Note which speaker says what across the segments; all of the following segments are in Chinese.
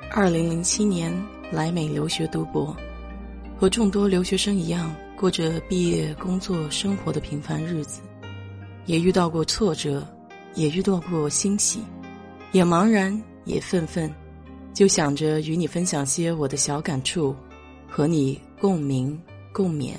Speaker 1: 2007年来美留学读博，和众多留学生一样，过着毕业、工作、生活的平凡日子，也遇到过挫折，也遇到过欣喜，也茫然，也愤愤，就想着与你分享些我的小感触，和你共鸣共勉。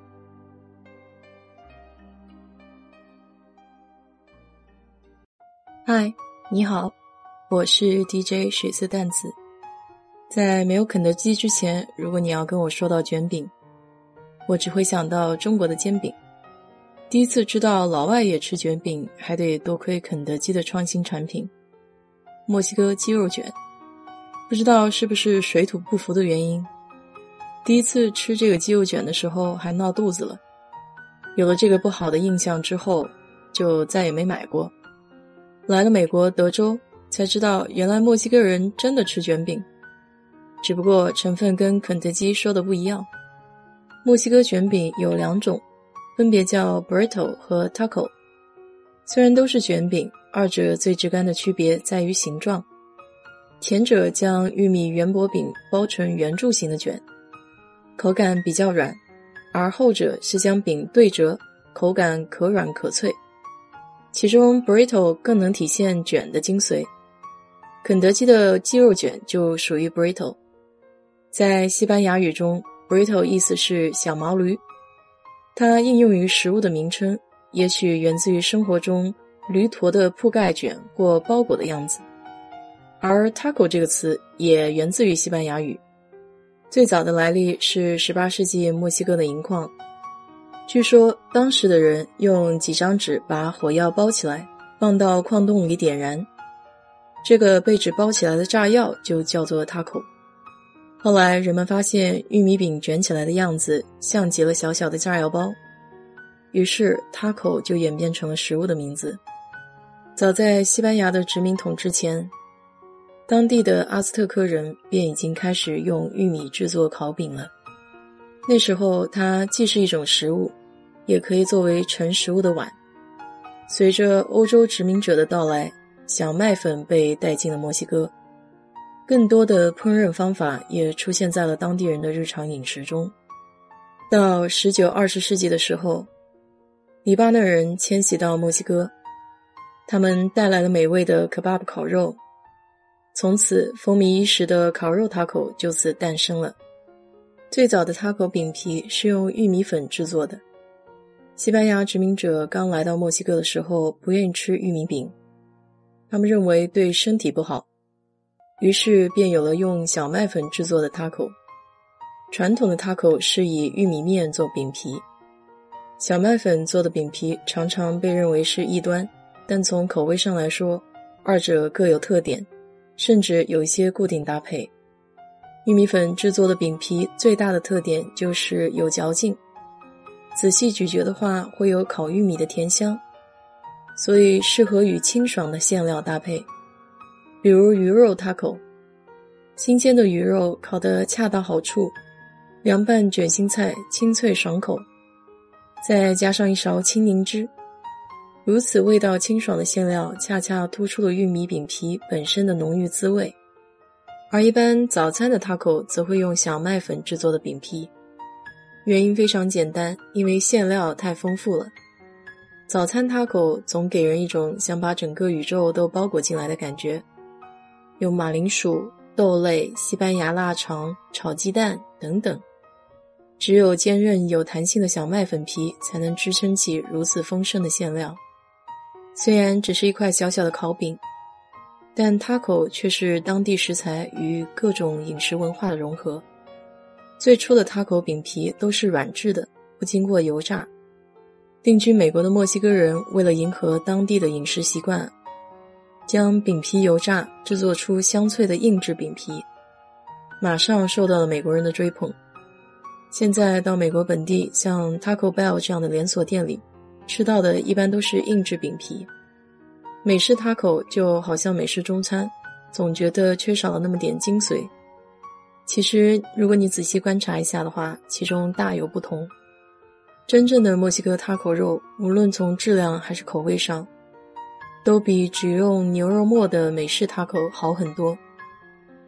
Speaker 1: 嗨，你好，我是 DJ 水色淡子。在没有肯德基之前，如果你要跟我说到卷饼，我只会想到中国的煎饼。第一次知道老外也吃卷饼，还得多亏肯德基的创新产品——墨西哥鸡肉卷。不知道是不是水土不服的原因，第一次吃这个鸡肉卷的时候还闹肚子了。有了这个不好的印象之后，就再也没买过。来了美国德州，才知道原来墨西哥人真的吃卷饼，只不过成分跟肯德基说的不一样。墨西哥卷饼有2种，分别叫 burrito 和 taco。 虽然都是卷饼，二者最直观的区别在于形状。前者将玉米圆薄饼包成圆柱形的卷，口感比较软，而后者是将饼对折，口感可软可脆。其中 burrito 更能体现卷的精髓，肯德基的鸡肉卷就属于 burrito。 在西班牙语中， burrito 意思是小毛驴，它应用于食物的名称，也许源自于生活中驴驼的铺盖卷或包裹的样子。而 taco 这个词也源自于西班牙语，最早的来历是18世纪墨西哥的银矿。据说当时的人用几张纸把火药包起来，放到矿洞里点燃，这个被纸包起来的炸药就叫做 taco。 后来人们发现玉米饼卷起来的样子像极了小小的炸药包，于是 taco 就演变成了食物的名字。早在西班牙的殖民统治前，当地的阿兹特克人便已经开始用玉米制作烤饼了。那时候它既是一种食物，也可以作为盛食物的碗。随着欧洲殖民者的到来，小麦粉被带进了墨西哥，更多的烹饪方法也出现在了当地人的日常饮食中。到19、20世纪的时候，黎巴嫩人迁徙到墨西哥，他们带来了美味的 kebab 烤肉，从此风靡一时的烤肉 taco 就此诞生了。最早的 taco 饼皮是用玉米粉制作的。西班牙殖民者刚来到墨西哥的时候不愿意吃玉米饼，他们认为对身体不好，于是便有了用小麦粉制作的 taco。 传统的 taco 是以玉米面做饼皮，小麦粉做的饼皮常常被认为是异端，但从口味上来说，二者各有特点，甚至有一些固定搭配。玉米粉制作的饼皮最大的特点就是有嚼劲，仔细咀嚼的话会有烤玉米的甜香，所以适合与清爽的馅料搭配，比如鱼肉 taco。 新鲜的鱼肉烤得恰到好处，凉拌卷心菜清脆爽口，再加上一勺青柠汁，如此味道清爽的馅料恰恰突出了玉米饼皮本身的浓郁滋味。而一般早餐的 taco 则会用小麦粉制作的饼皮，原因非常简单，因为馅料太丰富了。早餐 taco 总给人一种想把整个宇宙都包裹进来的感觉，有马铃薯、豆类、西班牙腊肠、炒鸡蛋等等，只有坚韧有弹性的小麦粉皮才能支撑起如此丰盛的馅料。虽然只是一块小小的烤饼，但 taco 却是当地食材与各种饮食文化的融合。最初的 taco 饼皮都是软质的，不经过油炸。定居美国的墨西哥人为了迎合当地的饮食习惯，将饼皮油炸，制作出香脆的硬质饼皮，马上受到了美国人的追捧。现在到美国本地，像 Taco Bell 这样的连锁店里，吃到的一般都是硬质饼皮。美式 taco 就好像美式中餐，总觉得缺少了那么点精髓。其实如果你仔细观察一下的话，其中大有不同。真正的墨西哥 taco 肉，无论从质量还是口味上，都比只用牛肉末的美式 taco 好很多。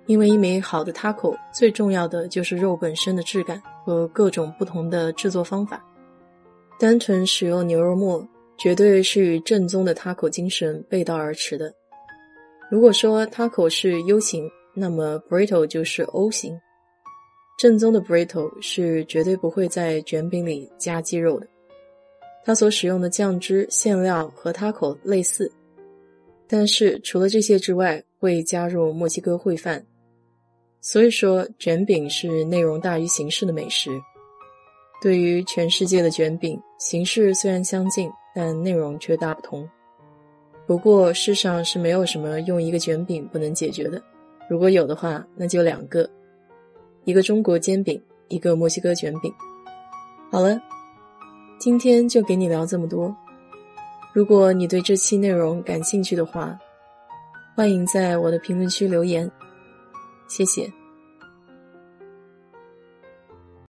Speaker 1: 因为一枚好的 taco 最重要的就是肉本身的质感和各种不同的制作方法。单纯使用牛肉末绝对是与正宗的 taco 精神背道而驰的。如果说 taco 是 U 型，那么 burrito 就是 O 型。正宗的 burrito 是绝对不会在卷饼里加鸡肉的，它所使用的酱汁、馅料和 taco 类似，但是除了这些之外，会加入墨西哥烩饭。所以说，卷饼是内容大于形式的美食。对于全世界的卷饼，形式虽然相近，但内容却大不同。不过世上是没有什么用一个卷饼不能解决的，如果有的话，那就2个，一个中国煎饼，一个墨西哥卷饼。好了，今天就给你聊这么多。如果你对这期内容感兴趣的话，欢迎在我的评论区留言，谢谢。